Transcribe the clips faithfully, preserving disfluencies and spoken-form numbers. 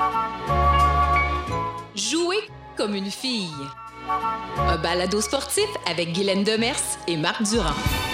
Jouer comme une fille. Un balado sportif avec Guylaine Demers et Marc Durand.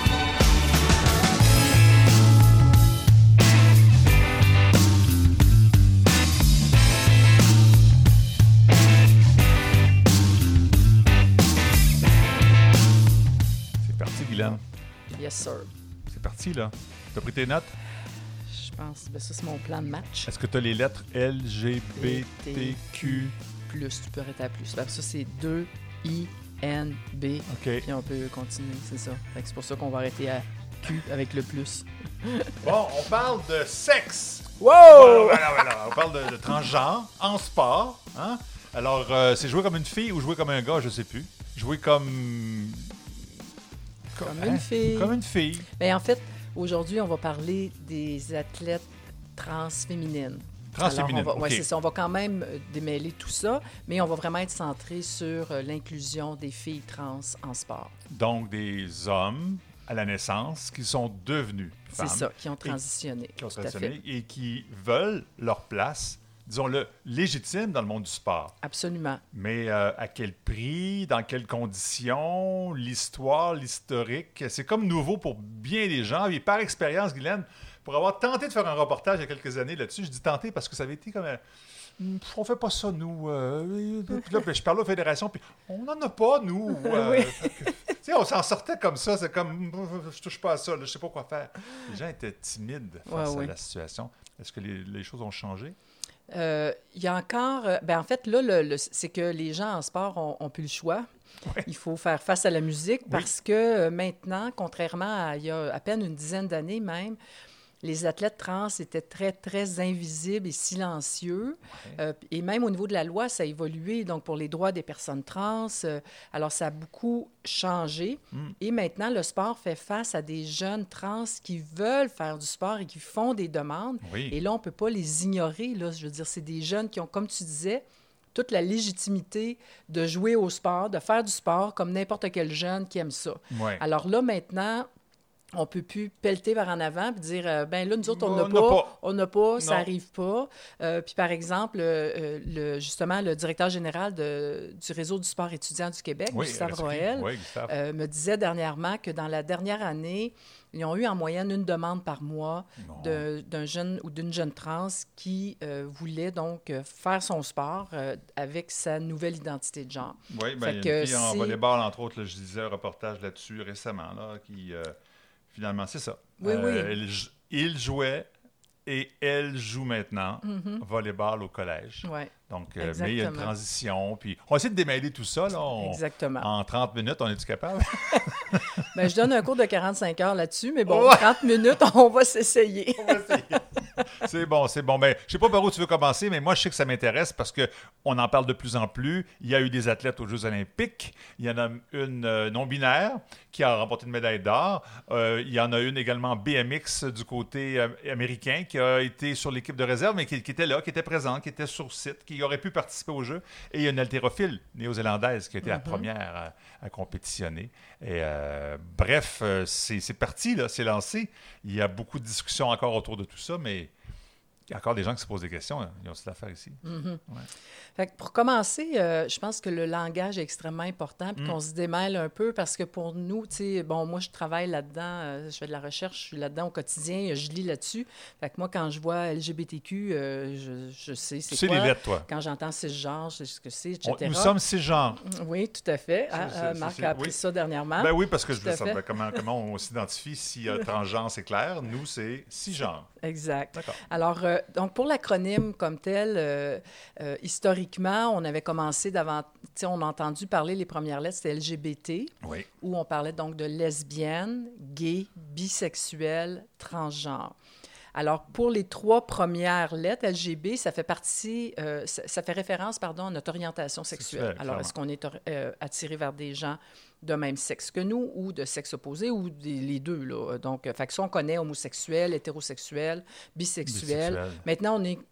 C'est parti, Guylaine. Yes, sir. C'est parti, là. T'as pris tes notes? Je pense que ça, c'est mon plan de match. Est-ce que t'as les lettres L, G, B, T, Q? Plus, tu peux arrêter à plus. Ça, c'est deux I N B. OK. Puis on peut continuer, c'est ça. Fait que c'est pour ça qu'on va arrêter à Q avec le plus. Bon, on parle de sexe. Wow! Voilà, voilà, voilà. On parle de, de transgenre en sport. Hein? Alors, euh, c'est jouer comme une fille ou jouer comme un gars, je sais plus. Jouer comme... Comme hein? une fille. Comme une fille. Bien, en fait, aujourd'hui, on va parler des athlètes transféminines. Transféminine, Alors, on va, ouais, OK. c'est ça. On va quand même euh, démêler tout ça, mais on va vraiment être centré sur euh, l'inclusion des filles trans en sport. Donc, des hommes à la naissance qui sont devenus femmes. C'est ça, qui ont transitionné. Qui ont tout à fait. transitionné et qui veulent leur place, disons-le, légitime dans le monde du sport. Absolument. Mais euh, à quel prix, dans quelles conditions, l'histoire, l'historique, c'est comme nouveau pour bien des gens. Et par expérience, Guylaine, pour avoir tenté de faire un reportage il y a quelques années là-dessus, je dis tenté parce que ça avait été comme un... Pff, on fait pas ça, nous. Euh, puis là, puis je parlais aux fédérations, puis on n'en a pas, nous. Euh, Oui. fait que, tu sais, on s'en sortait comme ça. C'est comme, je touche pas à ça, là, je sais pas quoi faire. Les gens étaient timides face Ouais, à oui. la situation. Est-ce que les, les choses ont changé? Euh, Il y a encore... euh, ben en fait, là, le, le- c'est que les gens en sport ont, ont plus le choix. Ouais. Il faut faire face à la musique parce que euh, maintenant, contrairement à il y a à peine une dizaine d'années même, les athlètes trans étaient très, très invisibles et silencieux. Euh, et même au niveau de la loi, ça a évolué. Donc, pour les droits des personnes trans, euh, alors ça a beaucoup changé. Mm. Et maintenant, le sport fait face à des jeunes trans qui veulent faire du sport et qui font des demandes. Oui. Et là, on ne peut pas les ignorer. Là. Je veux dire, c'est des jeunes qui ont, comme tu disais, toute la légitimité de jouer au sport, de faire du sport comme n'importe quel jeune qui aime ça. Ouais. Alors là, maintenant, on ne peut plus pelleter vers en avant et dire, euh, ben là, nous autres, on n'a On n'a pas, pas. on n'a pas, ça Non. n'arrive pas. Euh, puis par exemple, euh, le, justement, le directeur général de- du réseau du sport étudiant du Québec, Oui, Gustave Restri. Roel, Oui, Gustave. euh, me disait dernièrement que dans la dernière année, ils ont eu en moyenne une demande par mois Bon. de- d'un jeune ou d'une jeune trans qui euh, voulait donc euh, faire son sport euh, avec sa nouvelle identité de genre. Oui, ben, Fait il y a une que fille en si- volleyball, entre autres, là, je disais un reportage là-dessus récemment, là, qui, euh, finalement, c'est ça. Oui, oui. elle jou- il jouait et elle joue maintenant Mhm. volleyball au collège. Ouais, Donc, euh, mais il y a une Exactement. transition. Puis, on va essayer de démêler tout ça. Là, on- exactement. en trente minutes, on est-tu capable? Ben, je donne un cours de quarante-cinq heures là-dessus, mais bon, Ouais. trente minutes, on va s'essayer. On va essayer. C'est bon, c'est bon. Ben, je sais pas par où tu veux commencer, mais moi, je sais que ça m'intéresse parce qu'on en parle de plus en plus. Il y a eu des athlètes aux Jeux olympiques. Il y en a une euh, non-binaire qui a remporté une médaille d'or. Euh, il y en a une également B M X du côté euh, américain qui a été sur l'équipe de réserve, mais qui, qui était là, qui était présente, qui était sur site, qui aurait pu participer au jeu. Et il y a une haltérophile néo-zélandaise qui a été la première à, à compétitionner. Et euh, bref, euh, c'est c'est parti, là, c'est lancé. Il y a beaucoup de discussions encore autour de tout ça, mais il y a encore des gens qui se posent des questions. Hein. Ils ont aussi l'affaire ici. Mhm. Ouais. Fait que pour commencer, euh, je pense que le langage est extrêmement important, puis Mm. qu'on se démêle un peu, parce que pour nous, tu sais, bon, moi, je travaille là-dedans, euh, je fais de la recherche, je suis là-dedans au quotidien, je lis là-dessus. Fait que moi, quand je vois L G B T Q, euh, je, je sais Tu c'est sais quoi. les lettres, toi. Quand j'entends cisgenre, je sais ce que c'est, et On- cetera. nous sommes ces genres. Oui, tout à fait. C'est- Ah, c'est- euh, c'est- Marc c'est- a appris oui. ça dernièrement. Ben oui, parce que je Tout à veux savoir fait. comment, comment on s'identifie si euh, transgenre, c'est clair. Nous, c'est cisgenre. Exact. D'accord. Alors, euh, donc pour l'acronyme comme tel, euh, euh, historiquement, on avait commencé d'avant, tu sais, on a entendu parler, les premières lettres, c'était L G B T, Oui. où on parlait donc de lesbienne, gay, bisexuel, transgenre. Alors, pour les trois premières lettres, L G B, ça fait partie, euh, ça, ça fait référence, pardon, à notre orientation sexuelle. Sexuelle, Alors, est-ce qu'on est euh, attiré vers des gens de même sexe que nous ou de sexe opposé ou des, les deux, là? Donc, euh, fait que ça, on connaît homosexuel, hétérosexuel, bisexuel. Bisexuel. Maintenant, on est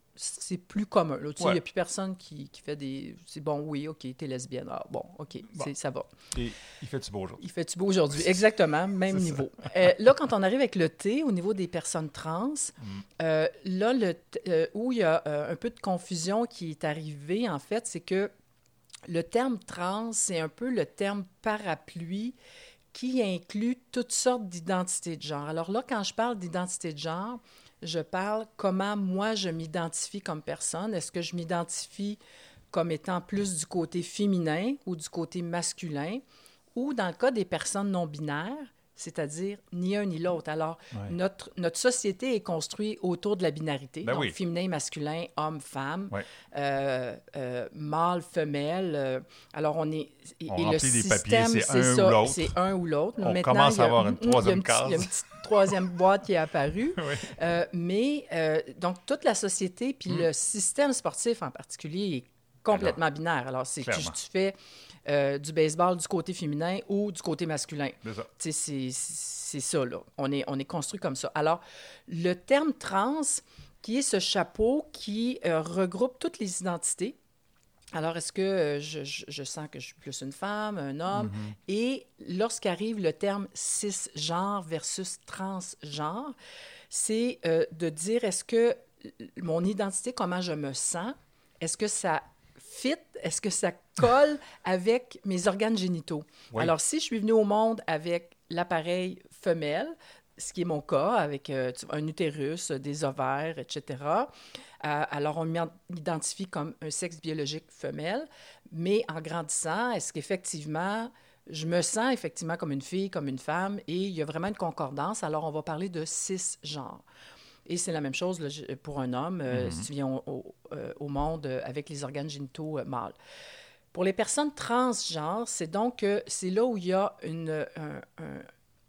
c'est plus commun. Là. Tu sais, il Ouais. n'y a plus personne qui, qui fait des... C'est bon, oui, OK, t'es lesbienne. Ah, bon, OK, Bon. c'est- ça va. Et il fait-tu beau aujourd'hui? Il fait-tu beau aujourd'hui? Exactement, même C'est niveau. Euh, là, quand on arrive avec le T, au niveau des personnes trans, Mm. euh, là, le, t- euh, où il y a euh, un peu de confusion qui est arrivée, en fait, c'est que le terme trans, c'est un peu le terme parapluie qui inclut toutes sortes d'identités de genre. Alors là, quand je parle d'identité de genre, je parle comment moi je m'identifie comme personne. Est-ce que je m'identifie comme étant plus du côté féminin ou du côté masculin? Ou dans le cas des personnes non binaires, c'est-à-dire ni un ni l'autre. Alors, Ouais. notre, notre société est construite autour de la binarité, Ben donc oui. féminin, masculin, homme, femme, Ouais. euh, euh, mâle, femelle. euh, alors, on est... Et, On et le remplit des papiers, système, c'est un ou ça, l'autre. c'est un ou l'autre. On Maintenant, commence il y a- à avoir une hum, hum, troisième il y a un petit- case. Il y a une petite troisième boîte qui est apparue. Oui. Euh, mais, euh, donc, toute la société, puis Mm. le système sportif en particulier est complètement binaire. Alors, c'est que Clairement. tu fais euh, du baseball du côté féminin ou du côté masculin. C'est ça. Tu sais, c'est, c'est ça, là. On est, on est construit comme ça. Alors, le terme trans, qui est ce chapeau qui euh, regroupe toutes les identités. Alors, est-ce que euh, je, je- je sens que je suis plus une femme, un homme? Mm-hmm. Et lorsqu'arrive le terme cisgenre versus transgenre, c'est euh, de dire, est-ce que mon identité, comment je me sens, est-ce que ça fit, est-ce que ça colle avec mes organes génitaux? Oui. Alors, si je suis venue au monde avec l'appareil femelle, ce qui est mon cas, avec euh, tu- un utérus, des ovaires, et cetera, euh, alors on m'identifie comme un sexe biologique femelle, mais en grandissant, est-ce qu'effectivement, je me sens effectivement comme une fille, comme une femme, et il y a vraiment une concordance, alors on va parler de cisgenre. Et c'est la même chose là, je- pour un homme, euh, Mm-hmm. si tu viens au, au- euh, au monde euh, avec les organes génitaux euh, mâles. Pour les personnes transgenres, c'est donc euh, c'est là où il y a une, un, un-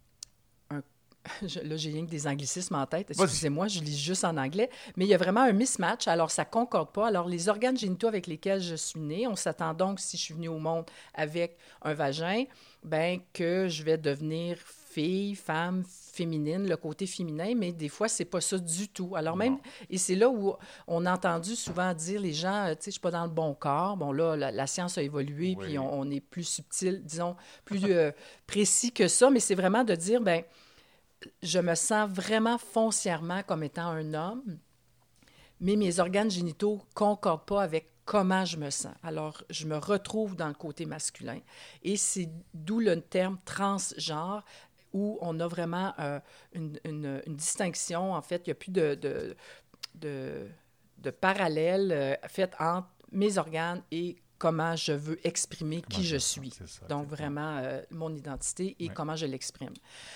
un- je- là, j'ai rien que des anglicismes en tête. Vas-y. Excusez-moi, je lis juste en anglais. Mais il y a vraiment un mismatch. Alors, ça ne concorde pas. Alors, les organes génitaux avec lesquels je suis née, on s'attend donc, si je suis venue au monde avec un vagin, ben que je vais devenir fille, femme, féminine, le côté féminin, mais des fois, c'est pas ça du tout. Alors même, Non. et c'est là où on a entendu souvent dire, les gens, euh, tu sais, je suis pas dans le bon corps. Bon, là, la, la science a évolué, Oui. puis on, on est plus subtil, disons, plus euh, précis que ça, mais c'est vraiment de dire, ben je me sens vraiment foncièrement comme étant un homme, mais mes organes génitaux ne concordent pas avec comment je me sens. Alors, je me retrouve dans le côté masculin. Et c'est d'où le terme transgenre, où on a vraiment euh, une, une- une distinction. En fait, il n'y a plus de, de, de, de parallèle euh, fait entre mes organes et comment je veux exprimer Comment qui je je suis. sens, c'est ça, Donc, exactement. vraiment, euh, mon identité et Ouais. comment je l'exprime.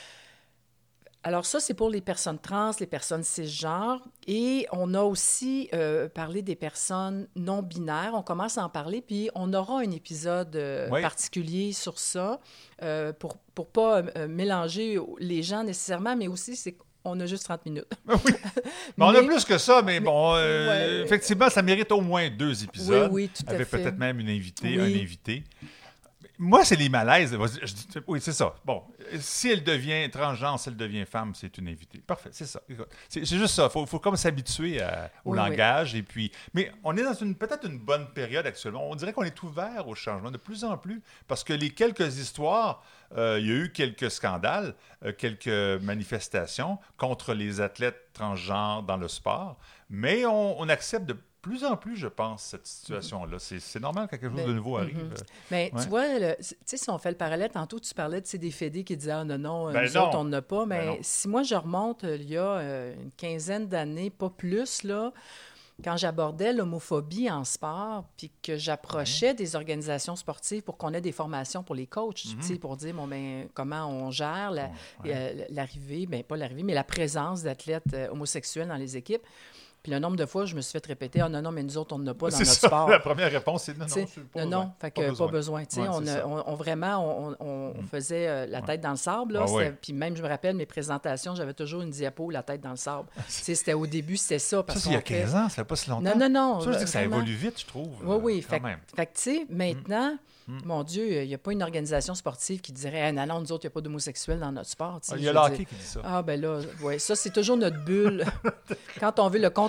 Alors ça, c'est pour les personnes trans, les personnes cisgenres. Et on a aussi euh, parlé des personnes non binaires. On commence à en parler, puis on aura un épisode euh, Oui. particulier sur ça euh, pour ne pas euh, mélanger les gens nécessairement, mais aussi c'est qu'on a juste trente minutes. Oui. Mais on a Mais- plus que ça, mais, bon, euh, ouais. effectivement, ça mérite au moins deux épisodes. Oui, oui, tout à avec fait. peut-être même une invitée, Oui. un invité. Moi, c'est les malaises. Je dis- Oui, c'est ça. Bon, si elle devient transgenre, si elle devient femme, c'est une invitée. Parfait, c'est ça. Écoute, C'est c'est juste ça. Il faut, faut comme s'habituer à- au Oui, oui. langage. Et puis, mais on est dans une peut-être une bonne période actuellement. On dirait qu'on est ouvert au changement de plus en plus parce que les quelques histoires, euh, il y a eu quelques scandales, euh, quelques manifestations contre les athlètes transgenres dans le sport, mais on, on accepte de plus en plus, je pense, cette situation-là. C'est c'est normal que quelque chose Ben, de nouveau arrive. mhm. Mais Ouais. tu vois, le- tu sais, si on fait le parallèle, tantôt tu parlais de ces des fédés qui disaient « Ah non, non, Ben nous non. autres, on n'en a pas. » Ben Mais non. si moi, je remonte euh, il y a euh, une quinzaine d'années, pas plus, là, quand j'abordais l'homophobie en sport, puis que j'approchais des organisations sportives pour qu'on ait des formations pour les coachs, tu sais, pour dire bon, ben, comment on gère la- Mhm. Ouais. euh, l'arrivée, bien pas l'arrivée, mais la présence d'athlètes euh, homosexuels dans les équipes. Puis le nombre de fois, je me suis fait répéter « Ah non, non, mais nous autres, on n'en a pas dans C'est notre ça, sport. » la première réponse, c'est non, non, Tu sais, c'est pas non, besoin. non, fait que pas besoin. Tu sais, Ouais, on, c'est a- ça. on, on vraiment, on, on- on faisait euh, la tête dans le sable. Là, Ah C'était- ouais. Puis même, je me rappelle, mes présentations, j'avais toujours une diapo, la tête dans le sable. Tu sais, c'était au début, c'était ça. Ça, Parce c'est il y a qu'on fait- quinze ans, ça fait pas si longtemps. Non, non, non. Ça, je dis que ça vraiment. évolue vite, je trouve. Oui, oui. euh, Fait, Quand même. fait que, tu sais, maintenant, Mm. mon Dieu, il n'y a pas une organisation sportive qui dirait ah, non, non, nous autres, il n'y a pas d'homosexuels dans notre sport. Tu sais, Ah, il y a je le veux hockey dire. qui dit ça. Ah, ben là, ouais, ça, c'est toujours notre bulle. Quand on veut le contre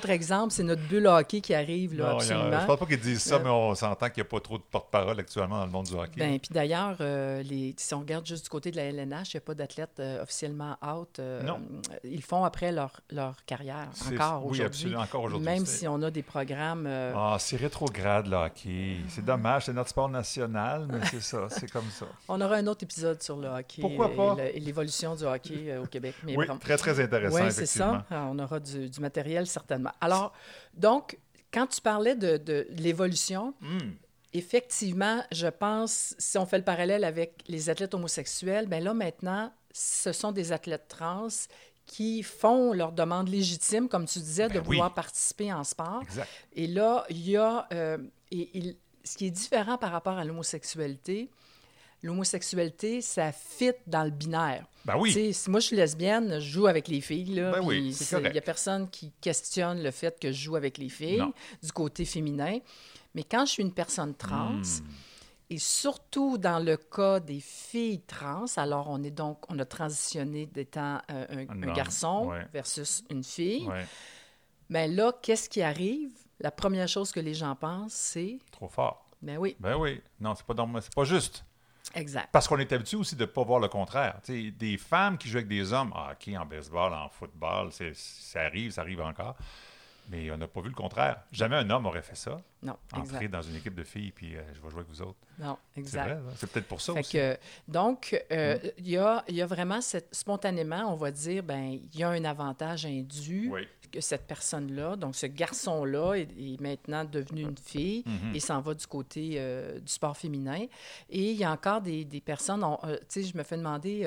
autre exemple, c'est notre bulle hockey qui arrive, là, Non, absolument. a, je ne pense pas qu'ils disent ça, Euh, mais on s'entend qu'il n'y a pas trop de porte-parole actuellement dans le monde du hockey. Ben, puis d'ailleurs, euh, les, si on regarde juste du côté de la L N H, il n'y a pas d'athlètes euh, officiellement out. Euh, Non. Ils font après leur, leur carrière, C'est- encore oui, aujourd'hui. absolument, encore aujourd'hui. Même C'est- si on a des programmes... euh, Ah, c'est rétrograde, le hockey. C'est dommage, c'est notre sport national, mais c'est ça, c'est comme ça. On aura un autre épisode sur le hockey Pourquoi et pas? le- et l'évolution du hockey euh, au Québec. Mais Oui, bon. très, très intéressant, Oui, c'est effectivement. ça. Alors, on aura du, du matériel certainement. Alors, donc, quand tu parlais de, de l'évolution, Hmm. effectivement, je pense, si on fait le parallèle avec les athlètes homosexuels, bien là, maintenant, ce sont des athlètes trans qui font leur demande légitime, comme tu disais, Ben de oui. vouloir participer en sport. Exact. Et là, il y a... euh, et, il- ce qui est différent par rapport à l'homosexualité, l'homosexualité, ça fit dans le binaire. Ben oui. Tu sais, si moi, je suis lesbienne, je joue avec les filles. Là, Ben oui, puis c'est c'est- correct. il n'y a personne qui questionne le fait que je joue avec les filles, Non. du côté féminin. Mais quand je suis une personne trans, Hmm. et surtout dans le cas des filles trans, alors on est donc, on a transitionné d'étant euh, un, Un un homme, garçon ouais. versus une fille. Ouais. Mais là, qu'est-ce qui arrive? La première chose que les gens pensent, c'est, Trop fort. ben oui, Ben oui. Non, c'est pas, normal, c'est pas juste. exact. Parce qu'on est habitué aussi de ne pas voir le contraire. Tu sais, des femmes qui jouent avec des hommes, en hockey, en baseball, en football, c'est- ça arrive, ça arrive encore. Mais on n'a pas vu le contraire. Jamais un homme aurait fait ça. Non, Entrer exact. dans une équipe de filles, puis euh, je vais jouer avec vous autres. Non, C'est exact. vrai, hein? C'est peut-être pour ça Fait aussi. que, donc, euh, il y, a, il y a vraiment cette, spontanément, on va dire, ben il y a un avantage indu Oui. que cette personne-là, donc ce garçon-là est, est maintenant devenu une fille Mhm. et s'en va du côté euh, du sport féminin. Et il y a encore des, des personnes, on, euh, tu sais, je me fais demander,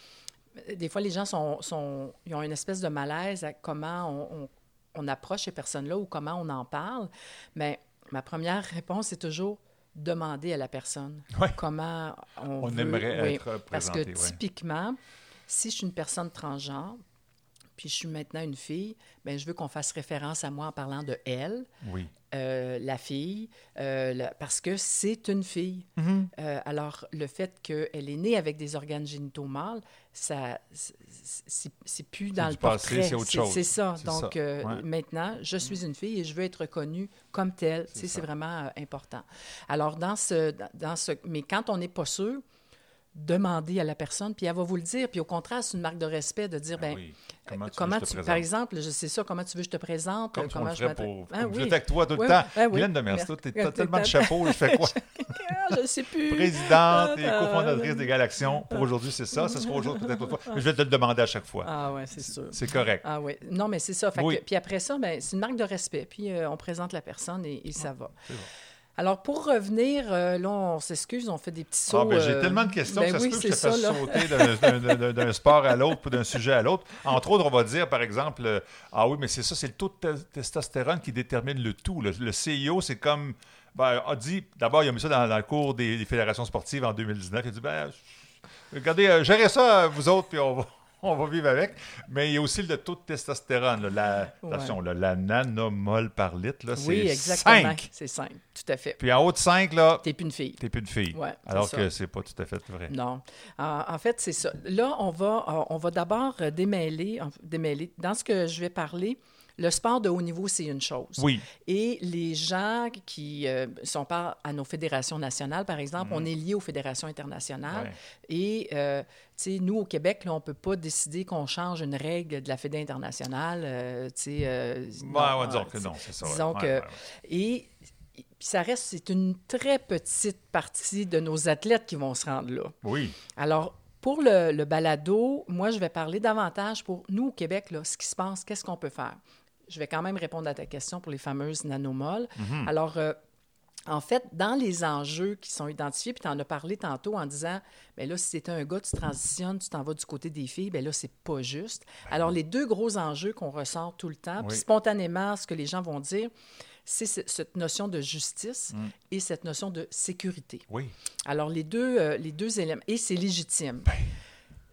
euh, des fois les gens sont, sont, ils ont une espèce de malaise à comment on, on, on approche ces personnes-là ou comment on en parle. Mais ma première réponse est toujours demander à la personne Ouais. comment on, On veut- aimerait oui, être parce que présenté. ouais. typiquement, si je suis une personne transgenre, puis je suis maintenant une fille, bien, je veux qu'on fasse référence à moi en parlant de elle, Oui. euh, la fille, euh, la- parce que c'est une fille. Mhm. Euh, alors, le fait qu'elle est née avec des organes génitaux mâles, ça, c'est- c'est c'est plus dans du le passé, portrait. c'est autre chose. C'est ça. C'est Donc, ça. euh, Ouais. maintenant, je suis une fille et je veux être reconnue comme telle. Tu sais, ça. c'est vraiment euh, important. Alors, dans ce, dans- dans ce... Mais quand on n'est pas sûr, demander à la personne, puis elle va vous le dire. Puis au contraire, c'est une marque de respect de dire, Ah ben oui. euh, Comment tu, comment veux que je te tu, présente? par exemple, je sais ça, comment tu veux que je te présente, Comme euh, on comment le je ferait m'adresse- pour... Ah comme je oui. fais avec toi tout le Oui, temps. ah oui. Guylaine Demers, Merci. toi, t'as T'as- tellement de t'as- chapeaux. Je fais quoi? Ah, je ne sais plus. Présidente et Ah, cofondatrice des Galaxions. Pour aujourd'hui, c'est ça. Ça sera autre chose peut-être autre fois. Mais je vais te le demander à chaque fois. Ah ouais, c'est sûr. C'est correct. Ah oui. Non, mais c'est ça. Fait que- Oui. puis après ça, ben, c'est une marque de respect. Puis euh, on présente la personne et, et ça va. C'est bon. Alors, pour revenir, euh, là, on s'excuse, on fait des petits sauts. Ah, ben, j'ai euh, tellement de questions ben que ça oui, se peut que je te c'est fasse ça, là. sauter d'un- d'un- d'un d'un sport à l'autre ou d'un sujet à l'autre. Entre autres, on va dire, par exemple, euh, ah oui, mais c'est ça, c'est le taux de te- testostérone qui détermine le tout. Le, le C I O, c'est comme, ben, a dit, d'abord, il a mis ça dans, dans le cours des, des fédérations sportives en deux mille dix-neuf. Il a dit, ben, regardez, euh, gérez ça, vous autres, puis on va, on va vivre avec. Mais il y a aussi le taux de testostérone, là, la, Ouais. attention, là, la nanomol par litre, là, c'est Oui, exactement. cinq. C'est cinq, tout à fait. Puis en haut de cinq, là, T'es plus une fille. t'es plus une fille. Ouais, c'est alors ça. que c'est pas tout à fait vrai. Non. En, en fait, c'est ça. Là, on va, euh, on va d'abord euh, démêler, en- démêler. Dans ce que je vais parler, le sport de haut niveau, c'est une chose. Oui. Et les gens qui, euh, si on parle à nos fédérations nationales, par exemple, on est lié aux fédérations internationales. Ouais. Et, euh, tu sais, nous, au Québec, là, on ne peut pas décider qu'on change une règle de la Fédé internationale. euh, tu sais, euh, Ouais, non, on va dire euh, que non, c'est ça. ouais. disons Ouais, que- ouais, ouais. Et puis ça reste, c'est une très petite partie de nos athlètes qui vont se rendre là. Oui. Alors, pour le, le balado, moi, je vais parler davantage pour nous, au Québec, là, ce qui se passe, qu'est-ce qu'on peut faire. Je vais quand même répondre à ta question pour les fameuses nanomoles. Mhm. Alors, euh, en fait, dans les enjeux qui sont identifiés, puis tu en as parlé tantôt en disant, bien là, si c'était un gars, tu transitionnes, tu t'en vas du côté des filles, bien là, c'est pas juste. Alors, les deux gros enjeux qu'on ressort tout le temps, puis Oui. spontanément, ce que les gens vont dire, c'est ce- cette notion de justice Mm. et cette notion de sécurité. Oui. Alors, les deux, euh, les deux éléments, et c'est légitime. Ben,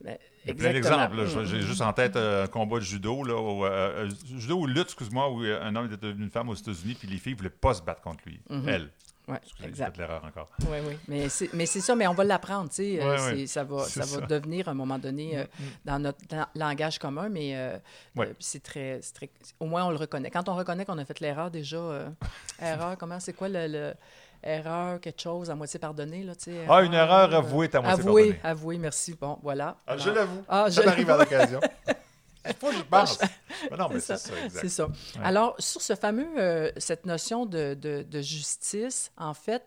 Il y a plein d'exemples. Là. J'ai juste en tête euh, un combat de judo, là, ou, euh, judo ou lutte, excuse-moi, où un homme était devenu une femme aux États-Unis, puis les filles ne voulaient pas se battre contre lui. Mm-hmm. Elle. Oui, j'ai fait l'erreur encore. Oui, oui. Mais c'est, mais c'est ça, mais on va l'apprendre, tu sais. Ouais, euh, ouais. Ça va, ça ça. va devenir, à un moment donné, euh, mm-hmm. dans notre dans, langage commun, mais euh, ouais. euh, c'est, très, c'est très... Au moins, on le reconnaît. Quand on reconnaît qu'on a fait l'erreur, déjà... Euh, erreur, comment? C'est quoi le... le... Erreur, quelque chose à moitié pardonné, là, tu sais. Ah, une erreur avouée est à moitié avouée, pardonnée. Avouée, merci. Bon, voilà. Ah, je l'avoue. Ah, ça je m'arrive à l'occasion. Il faut que j'y pense. Mais non, mais c'est, c'est ça, ça, exact. C'est ça. Ouais. Alors, sur ce fameux, euh, cette notion de, de, de justice, en fait,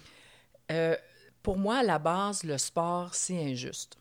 euh, pour moi, à la base, le sport, c'est injuste.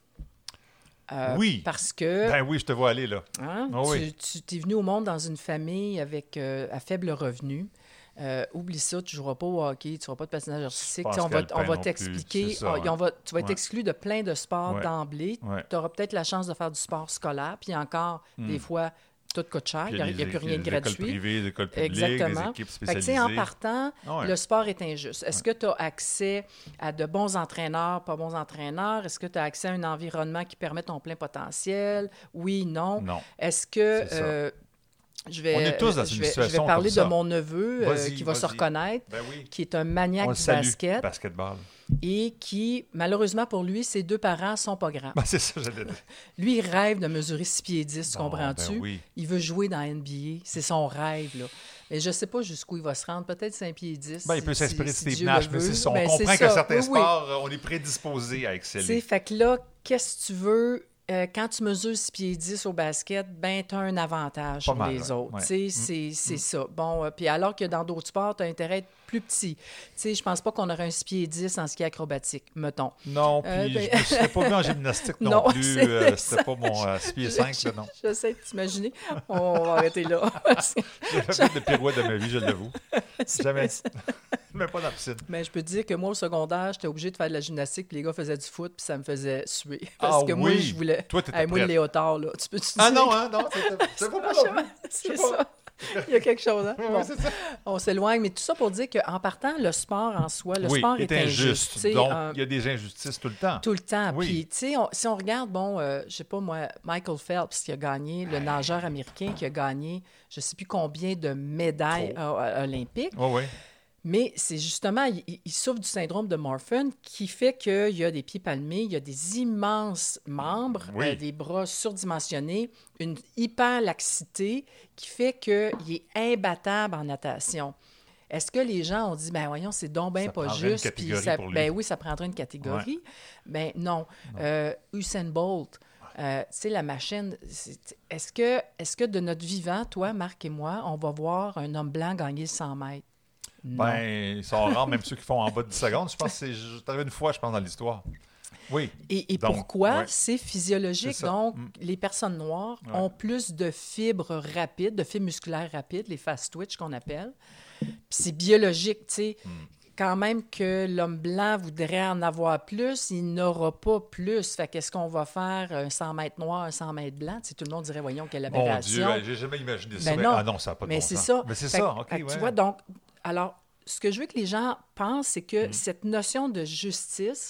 Euh, oui. Parce que... Ben oui, je te vois aller, là. Hein, oh, tu, oui. tu t'es venu au monde dans une famille avec euh, à faible revenu. Euh, oublie ça, tu ne joueras pas au hockey, tu ne feras pas de patinage artistique. On va, on va t'expliquer. Ça, ouais. on va, tu vas être ouais. exclu de plein de sports ouais. d'emblée. Ouais. Tu auras peut-être la chance de faire du sport scolaire. Puis encore, mm. des fois, tout coûte cher. Il n'y a, a plus rien de gratuit. Les écoles privées, les écoles publiques, exactement. les équipes spécialisées. Fait que, en partant, ah ouais. le sport est injuste. Est-ce ouais. que tu as accès à de bons entraîneurs, pas bons entraîneurs? Est-ce que tu as accès à un environnement qui permet ton plein potentiel? Oui, non. Non. Est-ce que... Euh, je vais, on est tous dans je une vais, situation je vais parler comme ça. de mon neveu euh, qui va vas-y. se reconnaître, ben oui. qui est un maniaque on du salue, basket. basketball. Et qui, malheureusement pour lui, ses deux parents sont pas grands. Ben, c'est ça, j'allais dire. Lui, il rêve de mesurer six pieds dix, tu bon, comprends-tu? Ben oui. Il veut jouer dans N B A. C'est son rêve, là. Mais je ne sais pas jusqu'où il va se rendre. Peut-être cinq pieds dix. Ben, il peut si, s'inspirer si, de si Steve Nash, mais c'est ça. On ben, comprend c'est qu'à ça. certains oui, sports, oui. on est prédisposé à exceller. T'sais, fait que là, qu'est-ce que tu veux? Euh, quand tu mesures six pieds dix au basket, ben, tu as un avantage Pas sur mal, les ouais. autres. Ouais. C'est, c'est, c'est mm. ça. Bon, euh, puis alors que dans d'autres sports, tu as intérêt à être plus petit. Je ne pense pas qu'on aurait un six pieds dix en ski acrobatique, mettons. Non, puis euh, ben... je ne serais pas vu en gymnastique non, non plus. C'est euh, c'était pas mon euh, six pieds cinq, là, non. J'essaie de t'imaginer. On va arrêter là. J'ai fait de pirouette de ma vie, je l'avoue. Jamais. Même pas dans la piscine. Mais je peux te dire que moi, au secondaire, j'étais obligé de faire de la gymnastique, puis les gars faisaient du foot, puis ça me faisait suer. Parce ah, que oui. moi, je voulais. Toi, t'étais hey, moi, le léotard, là. Tu peux te dire. Ah non, hein, non, c'est pas pas C'est ça. Il y a quelque chose, hein? Oui, bon, c'est ça. On s'éloigne, mais tout ça pour dire qu'en partant, le sport en soi, le oui, sport est, est injuste. injuste. Donc, euh, il y a des injustices tout le temps. Tout le temps. Oui. Puis, tu sais, si on regarde, bon, euh, je sais pas moi, Michael Phelps qui a gagné, le nageur américain qui a gagné, je sais plus combien de médailles euh, olympiques. Oh, oui. Mais c'est justement, il, il souffre du syndrome de Marfan qui fait qu'il y a des pieds palmés, il y a des immenses membres, oui. euh, des bras surdimensionnés, une hyperlaxité qui fait qu'il est imbattable en natation. Est-ce que les gens ont dit, ben voyons, c'est donc bien pas juste. Une catégorie ça, pour lui. Ben oui, ça prendrait une catégorie. Ouais. Ben non. non. Euh, Usain Bolt, euh, tu sais, la machine, c'est, est-ce que, est-ce que de notre vivant, toi, Marc et moi, on va voir un homme blanc gagner le cent mètres? Non. Ben, ils sont rares, même ceux qui font en bas de dix secondes. Je pense que c'est arrivé une fois, je pense, dans l'histoire. Oui. Et, et Donc, pourquoi? Ouais. C'est physiologique. C'est Donc, mm. les personnes noires ouais. ont plus de fibres rapides, de fibres musculaires rapides, les fast twitch qu'on appelle. Puis c'est biologique, tu sais. Mm. Quand même que l'homme blanc voudrait en avoir plus, il n'aura pas plus. Fait qu'est-ce qu'on va faire? Un cent mètres noir, un cent mètres blanc? Tu sais, tout le monde dirait, voyons, quelle aberration. Mon Dieu, j'ai jamais imaginé ça. Ben mais... non. Ah non, ça n'a pas de mais bon c'est sens. ça. Mais c'est fait, ça, OK, fait, ouais. Tu vois, donc, alors, ce que je veux que les gens pensent, c'est que mm. cette notion de justice,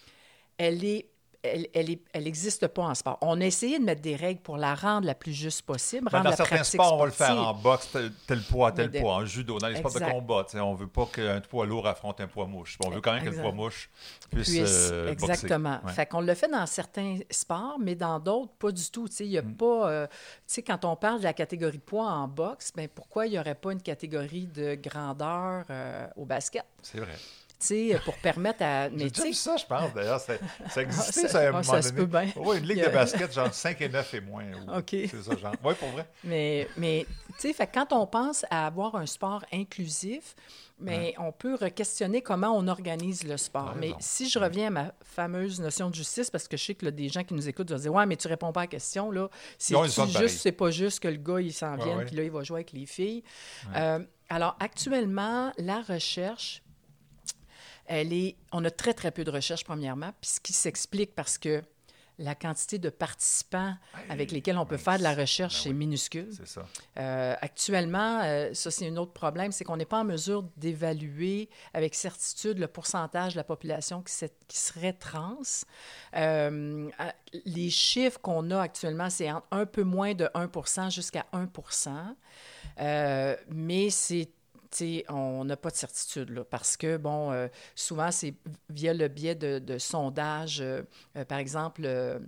elle est... Elle, elle, elle n'existe pas en sport. On a essayé de mettre des règles pour la rendre la plus juste possible, ben, rendre dans la certains pratique sports, on va sportive. le faire en boxe, tel, tel poids, tel de... poids, en judo, dans les sports exact. de combat. On ne veut pas qu'un poids lourd affronte un poids mouche. On veut quand même exact. que le poids mouche puisse, puisse euh, exactement. Ouais. Fait qu'on le fait dans certains sports, mais dans d'autres, pas du tout. Il y a mm. pas... Euh, tu sais, quand on parle de la catégorie de poids en boxe, ben pourquoi il n'y aurait pas une catégorie de grandeur euh, au basket? C'est vrai. T'sais, pour permettre à... J'ai déjà vu ça, je pense, d'ailleurs. Ça, ça existait, ça, ça, à un ah, moment ça donné. se peut bien. Oui, une ligue de basket, genre cinq et neuf et moins. Ou... OK. C'est ça, genre. Oui, pour vrai. Mais, mais tu sais, quand on pense à avoir un sport inclusif, mais ouais. on peut re-questionner comment on organise le sport. Ouais, mais non. si je reviens à ma fameuse notion de justice, parce que je sais que là, des gens qui nous écoutent vont dire « Ouais, mais tu réponds pas à la question, là. C'est juste, c'est pas juste que le gars, il s'en vient, ouais, puis ouais. là, il va jouer avec les filles. Ouais. » euh, Alors, actuellement, la recherche... Elle est, on a très, très peu de recherches, premièrement, puis ce qui s'explique parce que la quantité de participants Hey, avec lesquels on peut ben, faire de la recherche, ben c'est oui. minuscule. C'est ça. Euh, actuellement, euh, ça, c'est un autre problème, c'est qu'on n'est pas en mesure d'évaluer avec certitude le pourcentage de la population qui, s'est- qui serait trans. Euh, à- les chiffres qu'on a actuellement, c'est entre un peu moins de un pour cent jusqu'à un pour cent. Euh, mais c'est T'sais, on n'a pas de certitude, là, parce que, bon, euh, souvent, c'est via le biais de, de sondages. Euh, euh, par exemple, euh,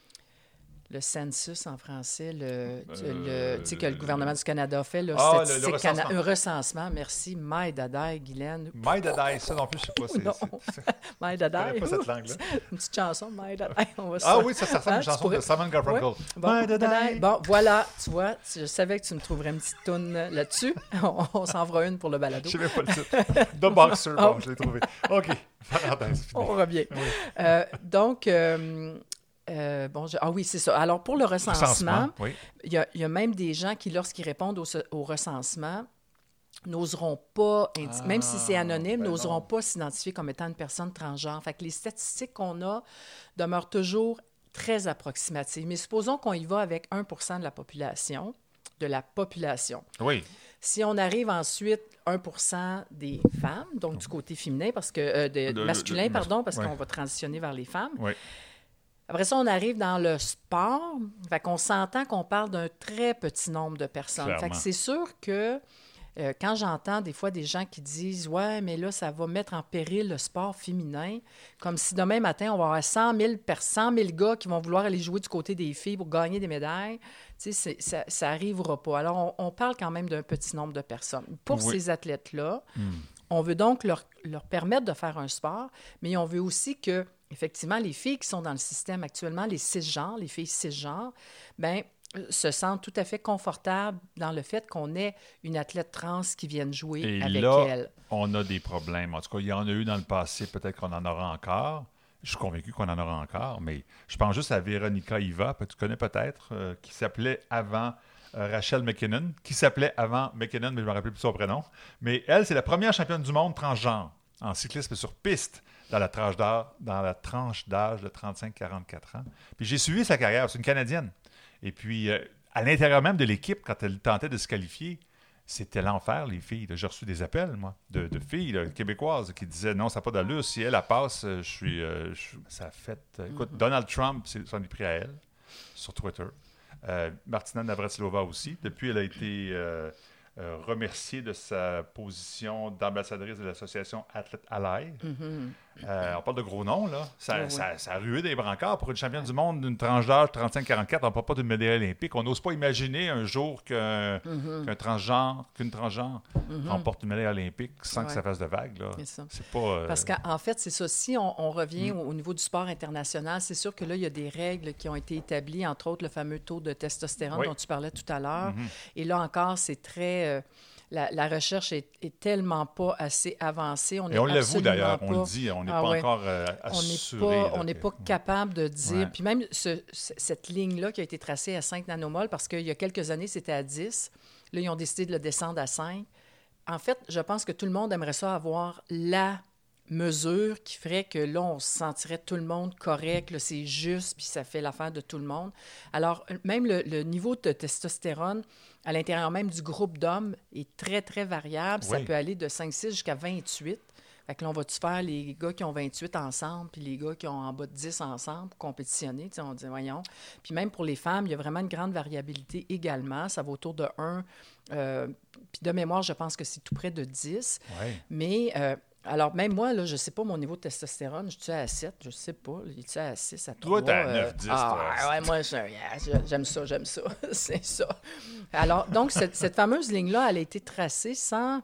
le census en français, le, Euh, le, tu sais, que le gouvernement du Canada fait, là, Ah, le- le Statistique recensement. Cana- un recensement. Merci. My Dadaï, Guylaine. My Dadaï, ça non plus, je sais pas. C'est, Non. c'est, c'est- My je Dadaï. connais pas cette langue-là. Une petite chanson, My Dadaï. On va Ah se- oui, ça, ça ressemble à Hein, une tu chanson pourrais- de Simon Garfunkel. Ouais. Bon, My Dadaï. Bon, voilà, tu vois, tu- je savais que tu me trouverais une petite toune là-dessus. On, on s'en fera une pour le balado. Je sais même pas le titre. The Boxer, bon, Oh. je l'ai trouvé. OK. Parenthèse, fini. On revient. Oui. Euh, donc, euh, euh, bon, je- ah oui, c'est ça. Alors, pour le recensement, oui. il y, a, il y a même des gens qui, lorsqu'ils répondent au, se- au recensement, n'oseront pas, indi- Ah, même si c'est anonyme, ben n'oseront non. pas s'identifier comme étant une personne transgenre. Fait que les statistiques qu'on a demeurent toujours très approximatives. Mais supposons qu'on y va avec un pour cent de la population, de la population. Oui. Si on arrive ensuite un pour cent des femmes, donc du côté féminin, parce que euh, de, De- masculin, de- pardon, parce ouais. qu'on va transitionner vers les femmes. Oui. Après ça, on arrive dans le sport. Fait qu'on s'entend qu'on parle d'un très petit nombre de personnes. Fait Clairement. que c'est sûr que euh, quand j'entends des fois des gens qui disent « Ouais, mais là, ça va mettre en péril le sport féminin », comme si demain matin, on va avoir cent mille, per- cent mille gars qui vont vouloir aller jouer du côté des filles pour gagner des médailles. Tu sais, c'est- ça, ça arrivera pas. Alors, on, on parle quand même d'un petit nombre de personnes. Pour Oui. ces athlètes-là, Hmm. on veut donc leur, leur permettre de faire un sport, mais on veut aussi que, effectivement, les filles qui sont dans le système actuellement, les cisgenres, les filles cisgenres, bien, se sentent tout à fait confortables dans le fait qu'on ait une athlète trans qui vienne jouer Et avec là, elle. on a des problèmes. En tout cas, il y en a eu dans le passé, peut-être qu'on en aura encore. Je suis convaincu qu'on en aura encore, mais je pense juste à Véronica Iva, que tu connais peut-être, euh, qui s'appelait avant euh, Rachel McKinnon, qui s'appelait avant McKinnon, mais je ne me rappelle plus son prénom. Mais elle, c'est la première championne du monde transgenre en cyclisme sur piste dans la tranche d'âge, dans la tranche d'âge de trente-cinq à quarante-quatre ans. Puis j'ai suivi sa carrière, c'est une Canadienne. Et puis, euh, à l'intérieur même de l'équipe, quand elle tentait de se qualifier, c'était l'enfer, les filles. J'ai reçu des appels, moi, de, de filles là, québécoises qui disaient « Non, ça n'a pas d'allure. Si elle, elle passe, euh, je suis... euh, je- ça a fait... euh, Écoute, Mm-hmm. Donald Trump c'est- s'en est pris à elle, sur Twitter. Euh, Martina Navratilova aussi. Depuis, elle a été euh, euh, remerciée de sa position d'ambassadrice de l'association Athlete Ally. Mhm. Euh, on parle de gros noms, là. Ça, Ah oui. ça, ça a rué des brancards pour une championne du monde d'une tranche d'âge trente-cinq à quarante-quatre. On ne parle pas d'une médaille olympique. On n'ose pas imaginer un jour qu'un, Mhm. qu'un transgenre, qu'une transgenre Mhm. remporte une médaille olympique sans que Ouais. ça fasse de vagues. Là. C'est ça. C'est pas... euh, Parce qu'en fait, c'est ça. Si on, on revient Mm. au, au niveau du sport international, c'est sûr que là, il y a des règles qui ont été établies, entre autres le fameux taux de testostérone Oui. dont tu parlais tout à l'heure. Mhm. Et là encore, c'est très... euh, la, la recherche est, est tellement pas assez avancée. On Et est on l'avoue absolument d'ailleurs, on pas- le dit, on n'est Ah pas ouais. encore euh, on n'est assuré. pas, là, on n'est que- pas capable de dire. Ouais. Puis même ce- ce- cette ligne-là qui a été tracée à cinq nanomoles, parce qu'il y a quelques années, c'était à dix. Là, ils ont décidé de le descendre à cinq. En fait, je pense que tout le monde aimerait ça avoir la mesure qui ferait que là, on se sentirait tout le monde correct, là, c'est juste, puis ça fait l'affaire de tout le monde. Alors, même le, le niveau de testostérone à l'intérieur même du groupe d'hommes est très, très variable. Ça Oui. peut aller de cinq six jusqu'à vingt-huit. Fait que là, on va-tu faire les gars qui ont vingt-huit ensemble, puis les gars qui ont en bas de dix ensemble pour compétitionner? Tu sais, on dit, voyons. Puis même pour les femmes, il y a vraiment une grande variabilité également. Ça va autour de un. Euh, puis de mémoire, je pense que c'est tout près de dix. Ouais. Mais, euh, alors même moi, là, je ne sais pas mon niveau de testostérone. Je suis à sept? Je ne sais pas. Il est à six, à trois? Toi, t'es à neuf, dix, Ah, toi. ouais, moi, je- yeah, j'aime ça, j'aime ça. C'est ça. Alors, donc, cette, cette fameuse ligne-là, elle a été tracée sans...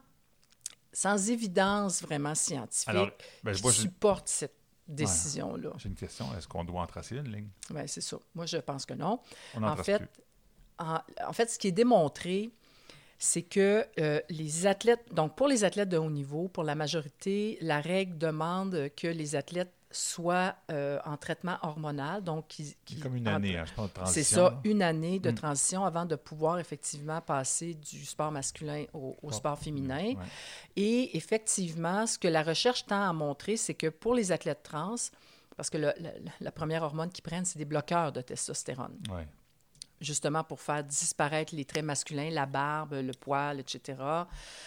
sans évidence vraiment scientifique Alors, ben, qui moi, j'ai- supporte cette décision-là. J'ai une question. Est-ce qu'on doit en tracer une ligne? Ben, c'est ça. Moi, je pense que non. On n'en En trace fait, plus. En, en fait, ce qui est démontré, c'est que euh, les athlètes, donc pour les athlètes de haut niveau, pour la majorité, la règle demande que les athlètes soient euh, en traitement hormonal. Donc, qui, C'est comme une en- année, hein, je pense, de transition. C'est ça, là. une année de Mm. transition avant de pouvoir effectivement passer du sport masculin au, au Bon. sport féminin. Ouais. Et effectivement, ce que la recherche tend à montrer, c'est que pour les athlètes trans, parce que le, la, la première hormone qu'ils prennent, c'est des bloqueurs de testostérone. Ouais. Justement pour faire disparaître les traits masculins, la barbe, le poil, et cetera.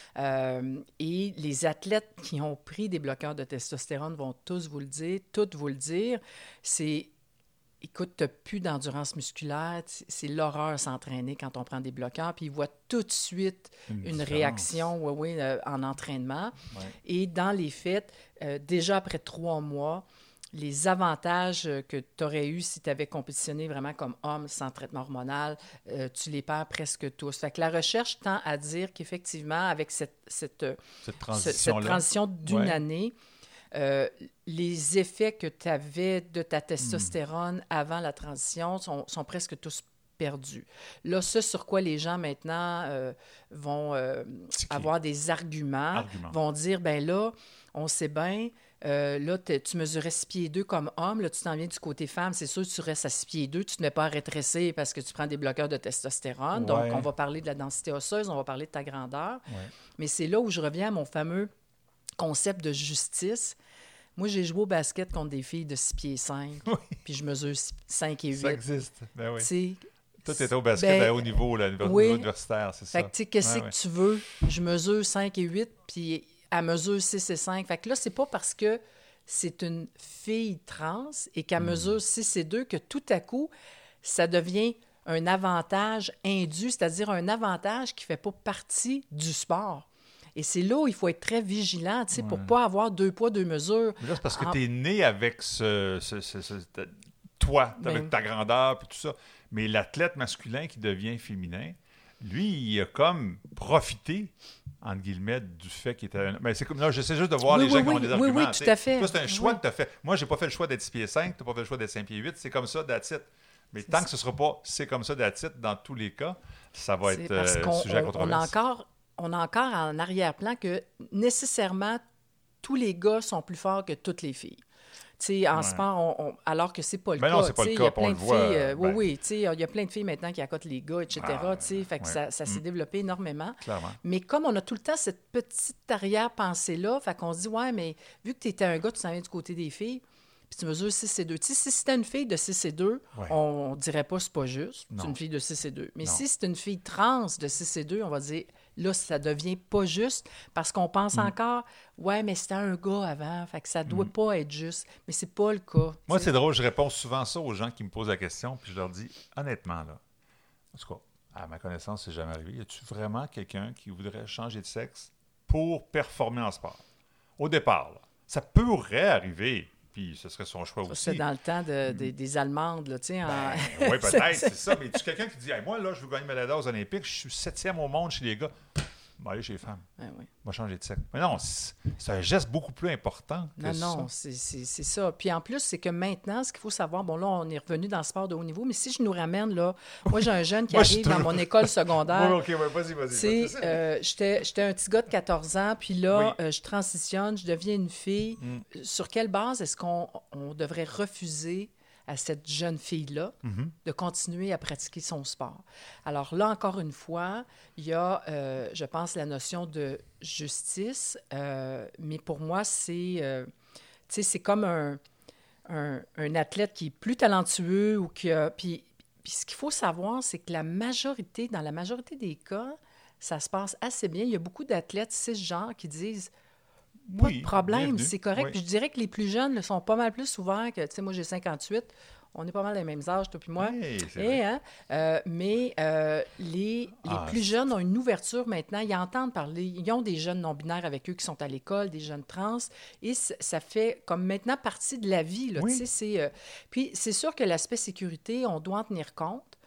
Euh, et les athlètes qui ont pris des bloqueurs de testostérone vont tous vous le dire, toutes vous le dire, c'est, écoute, tu n'as plus d'endurance musculaire, c'est l'horreur s'entraîner quand on prend des bloqueurs, puis ils voient tout de suite une, une réaction oui, oui, euh, en entraînement. Ouais. Et dans les faits, euh, déjà après trois mois, les avantages que tu aurais eus si tu avais compétitionné vraiment comme homme sans traitement hormonal, euh, tu les perds presque tous. Fait que la recherche tend à dire qu'effectivement, avec cette, cette, cette, transition, cette transition d'une ouais. année, euh, les effets que tu avais de ta testostérone mmh. avant la transition sont, sont presque tous perdus. Là, ce sur quoi les gens maintenant euh, vont euh, avoir des arguments, Argument. vont dire, ben là, on sait bien, Euh, là, tu mesurais six pieds deux comme homme. Là, tu t'en viens du côté femme. C'est sûr que tu restes à six pieds deux. Tu n'es pas rétrécir parce que tu prends des bloqueurs de testostérone. Ouais. Donc, on va parler de la densité osseuse, on va parler de ta grandeur. Ouais. Mais c'est là où je reviens à mon fameux concept de justice. Moi, j'ai joué au basket contre des filles de six pieds cinq, oui. puis je mesure cinq et huit. Ça existe. Ben oui. T'sais, Toi, tu étais au basket ben, à haut niveau, là, au oui. niveau universitaire, c'est ça. Fait que, tu sais, qu'est-ce ouais, que ouais. tu veux? Je mesure cinq et huit, puis à mesure six et cinq. Fait que là, c'est pas parce que c'est une fille trans et qu'à mmh. mesure six et deux que tout à coup, ça devient un avantage indu, c'est-à-dire un avantage qui ne fait pas partie du sport. Et c'est là où il faut être très vigilant, tu sais, ouais. pour ne pas avoir deux poids, deux mesures. Mais là, c'est parce que en... tu es né avec ce, ce, ce, ce, ce toi, ben... avec ta grandeur et tout ça. Mais l'athlète masculin qui devient féminin, lui, il a comme profité, entre guillemets, du fait qu'il était... Mais c'est comme... Là, j'essaie juste de voir oui, les oui, gens qui oui, ont des oui, arguments. Oui, oui, tout à fait. Toi, c'est un choix oui. que tu as fait. Moi, j'ai pas fait le choix d'être six pieds cinq, tu n'as pas fait le choix d'être cinq pieds huit. C'est comme ça, that's it. Mais tant que ce ne sera pas c'est comme ça, that's it, dans tous les cas, ça va être euh, sujet à controverse. On a encore, on a encore en arrière-plan que nécessairement, tous les gars sont plus forts que toutes les filles. T'sais, en ouais. sport, on, on, alors que c'est pas le ben cas. Non, c'est pas le cas, on le voit. Filles, euh, ben... Oui, oui. Il y a plein de filles maintenant qui accotent les gars, et cetera. Ah, fait que ouais. ça, ça s'est mm. développé énormément. Clairement. Mais comme on a tout le temps cette petite arrière-pensée-là, fait qu'on se dit, ouais, mais vu que tu étais un gars, tu s'en viens du côté des filles, puis tu mesures six et deux. T'sais, si c'était une fille de six et deux, ouais. on, on dirait pas c'est pas juste. Non. C'est une fille de six et deux. Mais non. si c'est une fille trans de six et deux, on va dire... Là, ça devient pas juste parce qu'on pense mm. encore, ouais, mais c'était un gars avant, fait que ça doit mm. pas être juste. Mais c'est pas le cas. Moi, t'sais. C'est drôle, je réponds souvent ça aux gens qui me posent la question, puis je leur dis, honnêtement, là, en tout cas, à ma connaissance, c'est jamais arrivé. Y a-tu vraiment quelqu'un qui voudrait changer de sexe pour performer en sport? Au départ, là, ça pourrait arriver. Puis ce serait son choix ça, aussi. C'est dans le temps de, de, des Allemandes, là, tu sais. En... Ben, oui, peut-être, c'est ça. Mais tu quelqu'un qui dit, hey, moi, là, je veux gagner une médaille d'or aux Olympiques, je suis septième au monde chez les gars. Bon, allez chez les femmes. Ben oui. On va changer de sexe. Mais non, c'est un geste beaucoup plus important que non, ça. Non, non, c'est ça. Puis en plus, c'est que maintenant, ce qu'il faut savoir, bon, là, on est revenu dans le sport de haut niveau, mais si je nous ramène, là, moi, j'ai un jeune qui arrive dans mon école secondaire. Oui, OK, ouais, vas-y, vas-y. Tu euh, j'étais un petit gars de quatorze ans, puis là, oui. euh, je transitionne, je deviens une fille. Mm. Sur quelle base est-ce qu'on on devrait refuser à cette jeune fille-là mm-hmm. de continuer à pratiquer son sport? Alors là, encore une fois, il y a, euh, je pense, la notion de justice, euh, mais pour moi, c'est, euh, tu sais, c'est comme un, un, un athlète qui est plus talentueux ou qui a... Puis, puis ce qu'il faut savoir, c'est que la majorité, dans la majorité des cas, ça se passe assez bien. Il y a beaucoup d'athlètes cisgenres qui disent... Pas oui, de problème, c'est correct. Oui. Puis je dirais que les plus jeunes le sont pas mal plus ouverts que, tu sais, moi j'ai cinquante-huit, on est pas mal les mêmes âges, toi puis moi. Hey, Et, hein, euh, mais euh, les, les ah, plus jeunes ont une ouverture maintenant, ils entendent parler, ils ont des jeunes non-binaires avec eux qui sont à l'école, des jeunes trans, et ça fait comme maintenant partie de la vie. Là, oui. c'est, euh, puis c'est sûr que l'aspect sécurité, on doit en tenir compte,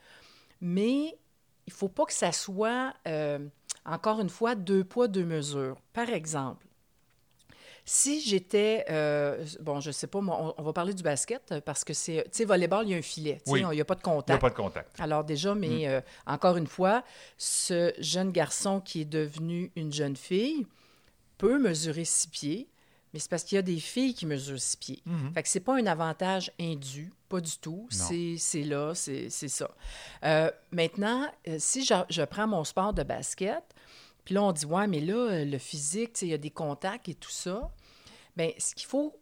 mais il faut pas que ça soit, euh, encore une fois, deux poids, deux mesures. Par exemple, si j'étais, euh, bon, je sais pas, on, on va parler du basket parce que c'est, tu sais, volleyball, il y a un filet, tu sais, il n'y a pas de contact. Il n'y a pas de contact. Alors déjà, mais mm. euh, encore une fois, ce jeune garçon qui est devenu une jeune fille peut mesurer six pieds, mais c'est parce qu'il y a des filles qui mesurent six pieds. Mm-hmm. Fait que c'est pas un avantage indu, pas du tout. C'est, c'est là, c'est, c'est ça. Euh, maintenant, euh, si je, je prends mon sport de basket, puis là, on dit, ouais, mais là, le physique, il y a des contacts et tout ça. Bien, ce qu'il faut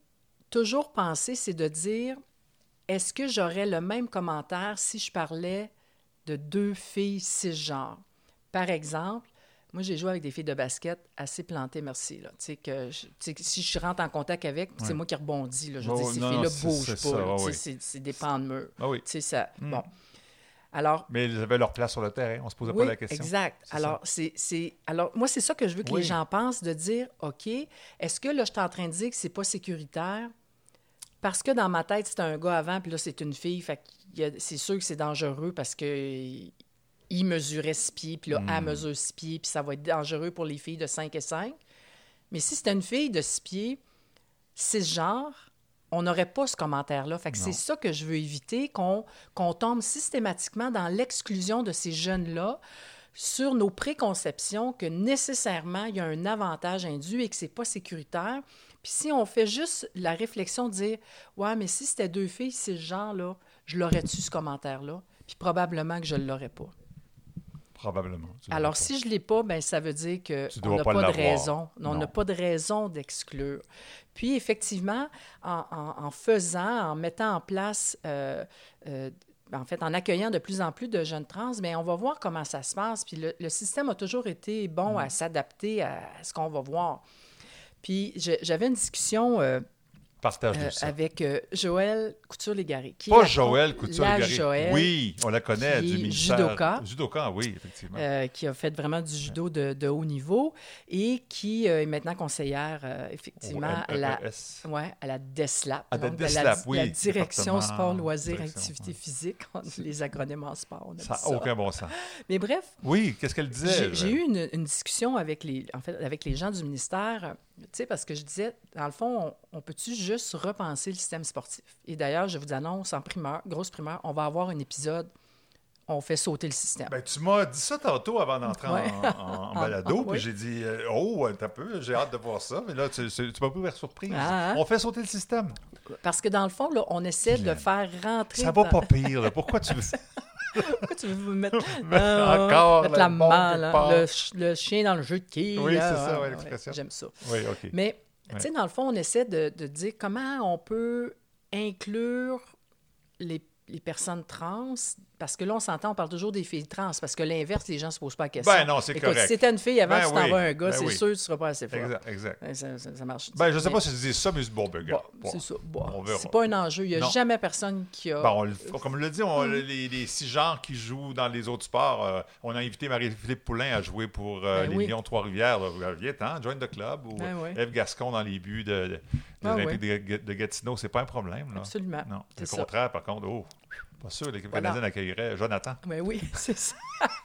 toujours penser, c'est de dire, est-ce que j'aurais le même commentaire si je parlais de deux filles cisgenres? Par exemple, moi, j'ai joué avec des filles de basket assez plantées, merci. Là. Tu sais, que je, tu sais, si je rentre en contact avec, ouais. c'est moi qui rebondis. Là. Je veux oh, dire, ces non, filles-là c'est, bougent c'est pas. Ça, là, oui. c'est, c'est des pans de mur. Ah oui. Tu sais, ça, mm. bon. Alors, mais ils avaient leur place sur le terrain. On ne se posait oui, pas la question. Exact. C'est alors, c'est, c'est, alors, moi, c'est ça que je veux que oui. les gens pensent, de dire, OK, est-ce que là, je suis en train de dire que c'est pas sécuritaire? Parce que dans ma tête, c'était un gars avant, puis là, c'est une fille. Fait qu'il y a, c'est sûr que c'est dangereux parce que il mesurait six pieds, puis là, mm. elle mesure six pieds, puis ça va être dangereux pour les filles de cinq et cinq. Mais si c'était une fille de six pieds, cisgenre, on n'aurait pas ce commentaire-là. Fait que c'est ça que je veux éviter, qu'on, qu'on tombe systématiquement dans l'exclusion de ces jeunes-là sur nos préconceptions que nécessairement, il y a un avantage indu et que c'est pas sécuritaire. Puis si on fait juste la réflexion de dire « Ouais, mais si c'était deux filles cisgenres-là, je l'aurais-tu ce commentaire-là? » Puis probablement que je ne l'aurais pas. Probablement. Alors, si je ne l'ai pas, bien, ça veut dire qu'on n'a pas, pas de raison. On n'a pas de raison d'exclure. Puis, effectivement, en, en, en faisant, en mettant en place, euh, euh, en fait, en accueillant de plus en plus de jeunes trans, bien, on va voir comment ça se passe. Puis, le, le système a toujours été bon mmh. à s'adapter à ce qu'on va voir. Puis, je, j'avais une discussion... Euh, Partage euh, ça. Avec euh, Joëlle Couture-Légaré. Pas Joëlle Couture-Légaré. Joëlle, oui, on la connaît du ministère. Judoka. Judoka, oui, effectivement. Euh, qui a fait vraiment du judo de, de haut niveau et qui euh, est maintenant conseillère, euh, effectivement, oh, à, la, ouais, à la DESLAP. À la donc, DESLAP, la, oui. La Direction Sport, Loisirs, Direction, Activités ouais. physiques. Les acronymes en sport, on a ça n'a aucun bon sens. Mais bref. Oui, qu'est-ce qu'elle disait? J'ai, j'ai eu une, une discussion avec les, en fait, avec les gens du ministère, tu sais, parce que je disais, dans le fond, on, on peut-tu juste repenser le système sportif? Et d'ailleurs, je vous annonce en primeur, grosse primeur, on va avoir un épisode, on fait sauter le système. Ben, tu m'as dit ça tantôt avant d'entrer ouais. en, en, en balado, puis oui. j'ai dit, euh, oh, t'as peu, j'ai hâte de voir ça, mais là, tu, tu, tu m'as pas surprise. Ah, on fait sauter le système. Parce que dans le fond, là, on essaie de faire rentrer... Ça va dans... pas pire, là. Pourquoi tu veux... Pourquoi tu veux vous mettre, euh, encore mettre la main, le, le chien dans le jeu de quilles? Oui, là, c'est ça, ouais, ouais, l'expression. Ouais, j'aime ça. Oui, OK. Mais, tu sais, dans le fond, on essaie de, de dire comment on peut inclure les, les personnes trans, parce que là, on s'entend, on parle toujours des filles trans, parce que l'inverse, les gens ne se posent pas la question. Ben non, c'est Écoute, correct. si c'était une fille avant, ben tu t'en oui, vas un gars, ben c'est oui. sûr que tu ne seras pas assez fort. Exact, exact. Ça, ça, ça marche. Ben, je ne sais mais, pas si je dis ça, mais c'est bon, ben, gars. Bon, c'est ça. Bon, on verra. C'est pas un enjeu. Il n'y a non. jamais personne qui a... Bon, on, comme on l'a dit, on, mm. les, les six genres qui jouent dans les autres sports, euh, on a invité Marie-Philippe Poulin à jouer pour euh, ben, les oui. Lions Trois-Rivières. Viens, hein, join the club. Ou ben, oui. Ève Gascon dans les buts de, de, des ah, Olympiques oui. de, de Gatineau. C'est pas un problème. Là. Absolument. Non, c'est le contraire, par contre. Oh, pas sûr, l'équipe voilà. canadienne accueillerait Jonathan. Ben oui, c'est ça.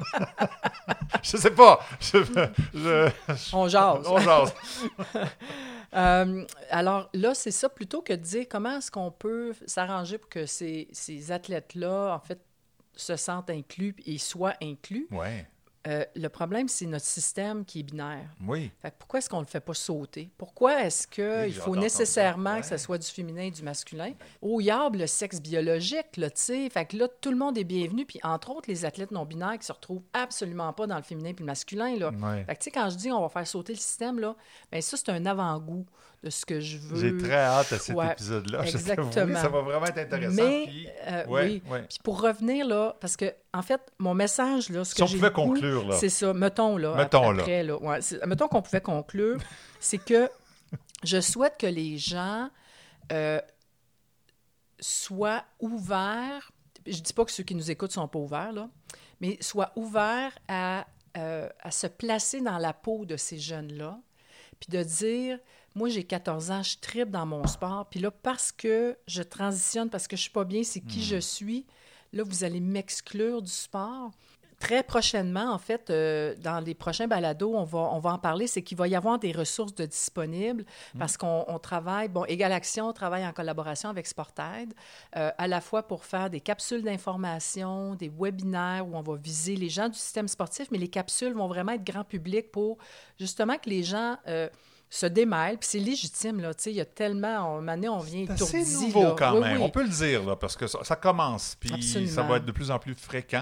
Je sais pas. Je, je, on jase. On jase. euh, alors là, c'est ça, plutôt que de dire comment est-ce qu'on peut s'arranger pour que ces, ces athlètes-là, en fait, se sentent inclus et soient inclus. Oui. Euh, le problème, c'est notre système qui est binaire. Oui. Fait que pourquoi est-ce qu'on ne le fait pas sauter? Pourquoi est-ce qu'il faut nécessairement ouais. que ce soit du féminin et du masculin? Au diable, le sexe biologique, là, tu sais. Fait que là, tout le monde est bienvenu. Puis, entre autres, les athlètes non-binaires qui se retrouvent absolument pas dans le féminin et le masculin, là. Ouais. Fait que, tu sais, quand je dis on va faire sauter le système, là, bien, ça, c'est un avant-goût de ce que je veux. J'ai très hâte à cet ouais, épisode-là. Exactement. Ça va vraiment être intéressant. Mais, puis, euh, ouais, oui. Ouais. Puis pour revenir, là, parce que, en fait, mon message, là, ce si que on j'ai pouvait goût, conclure, là. c'est ça. Mettons, là. Mettons, après, là. là ouais, mettons qu'on pouvait conclure. C'est que je souhaite que les gens euh, soient ouverts. Je ne dis pas que ceux qui nous écoutent ne sont pas ouverts, là, mais soient ouverts à, euh, à se placer dans la peau de ces jeunes-là, puis de dire... Moi, j'ai quatorze ans, je tripe dans mon sport. Puis là, parce que je transitionne, parce que je suis pas bien, c'est qui mmh. je suis, là, vous allez m'exclure du sport. Très prochainement, en fait, euh, dans les prochains balados, on va, on va en parler, c'est qu'il va y avoir des ressources de disponibles mmh. parce qu'on on travaille, bon, Égal Action, on travaille en collaboration avec SportAide, euh, à la fois pour faire des capsules d'information, des webinaires où on va viser les gens du système sportif, mais les capsules vont vraiment être grand public pour justement que les gens... Euh, se démêlent, puis c'est légitime, là, tu sais, il y a tellement, on, maintenant, on vient étourdi. C'est nouveau là. quand oui, même, oui. on peut le dire, là, parce que ça, ça commence, puis Absolument. Ça va être de plus en plus fréquent,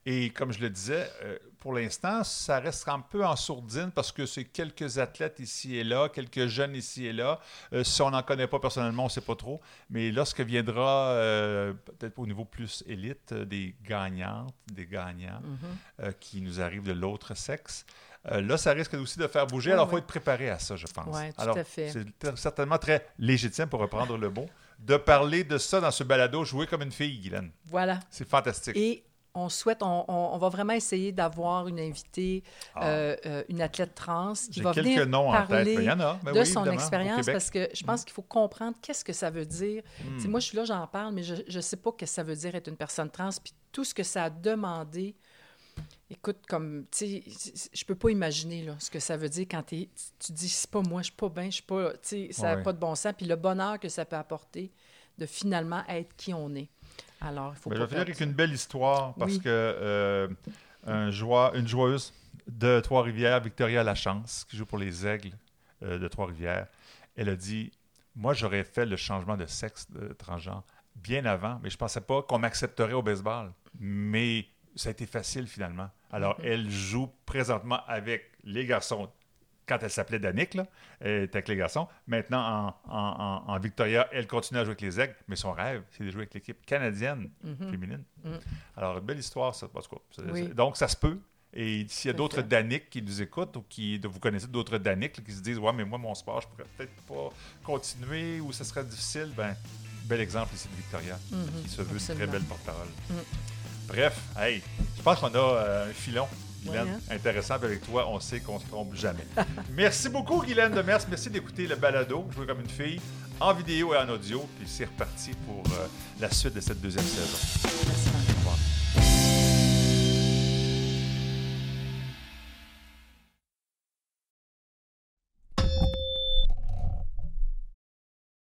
Et comme je le disais, euh, pour l'instant, ça reste un peu en sourdine parce que c'est quelques athlètes ici et là, quelques jeunes ici et là. Euh, si on n'en connaît pas personnellement, on ne sait pas trop. Mais lorsque viendra, euh, peut-être au niveau plus élite, euh, des gagnantes, des gagnants mm-hmm. euh, qui nous arrivent de l'autre sexe, euh, là, ça risque aussi de faire bouger. Oui, Alors, il oui. faut être préparé à ça, je pense. Oui, tout Alors, à fait. C'est t- certainement très légitime, pour reprendre le mot, de parler de ça dans ce balado, jouer comme une fille, Guylaine. Voilà. C'est fantastique. Et on souhaite, on, on, on va vraiment essayer d'avoir une invitée, ah. euh, euh, une athlète trans qui J'ai va quelques venir noms parler en tête. Il y en a. Ben de oui, son expérience parce que je pense mm. qu'il faut comprendre qu'est-ce que ça veut dire. Mm. Moi, je suis là, j'en parle, mais je ne sais pas ce que ça veut dire être une personne trans. Puis tout ce que ça a demandé, écoute, comme, tu sais, je peux pas imaginer là, ce que ça veut dire quand t'es, tu dis, c'est pas moi, je suis pas bien, je suis pas, tu sais, ça n'a ouais. pas de bon sens. Puis le bonheur que ça peut apporter de finalement être qui on est. Alors, il faut ben, pas je vais finir avec ça. une belle histoire parce oui. que euh, un joie, une joueuse de Trois-Rivières, Victoria Lachance, qui joue pour les Aigles euh, de Trois-Rivières, elle a dit « Moi, j'aurais fait le changement de sexe de transgenre bien avant, mais je pensais pas qu'on m'accepterait au baseball. Mais ça a été facile finalement. Alors, mm-hmm. elle joue présentement avec les garçons. Quand elle s'appelait Danick, là, elle était avec les garçons. Maintenant, en, en, en, en Victoria, elle continue à jouer avec les Aigles, mais son rêve, c'est de jouer avec l'équipe canadienne mm-hmm. féminine. Mm-hmm. Alors, une belle histoire, ça. En tout cas, oui. Donc, ça se peut. Et s'il y a d'autres fait. Danick qui nous écoutent ou qui vous connaissez d'autres Danick là, qui se disent « Ouais, mais moi, mon sport, je pourrais peut-être pas continuer ou ce serait difficile. » Ben, bel exemple ici de Victoria, mm-hmm. qui se veut une très belle porte-parole. Mm. Bref, hey, je pense qu'on a euh, un filon. Guylaine, oui, hein? Intéressant. Avec toi, on sait qu'on ne se trompe jamais. Merci beaucoup, Guylaine Demers. Merci d'écouter le balado, Jouer comme une fille, en vidéo et en audio. Puis c'est reparti pour euh, la suite de cette deuxième saison. Merci.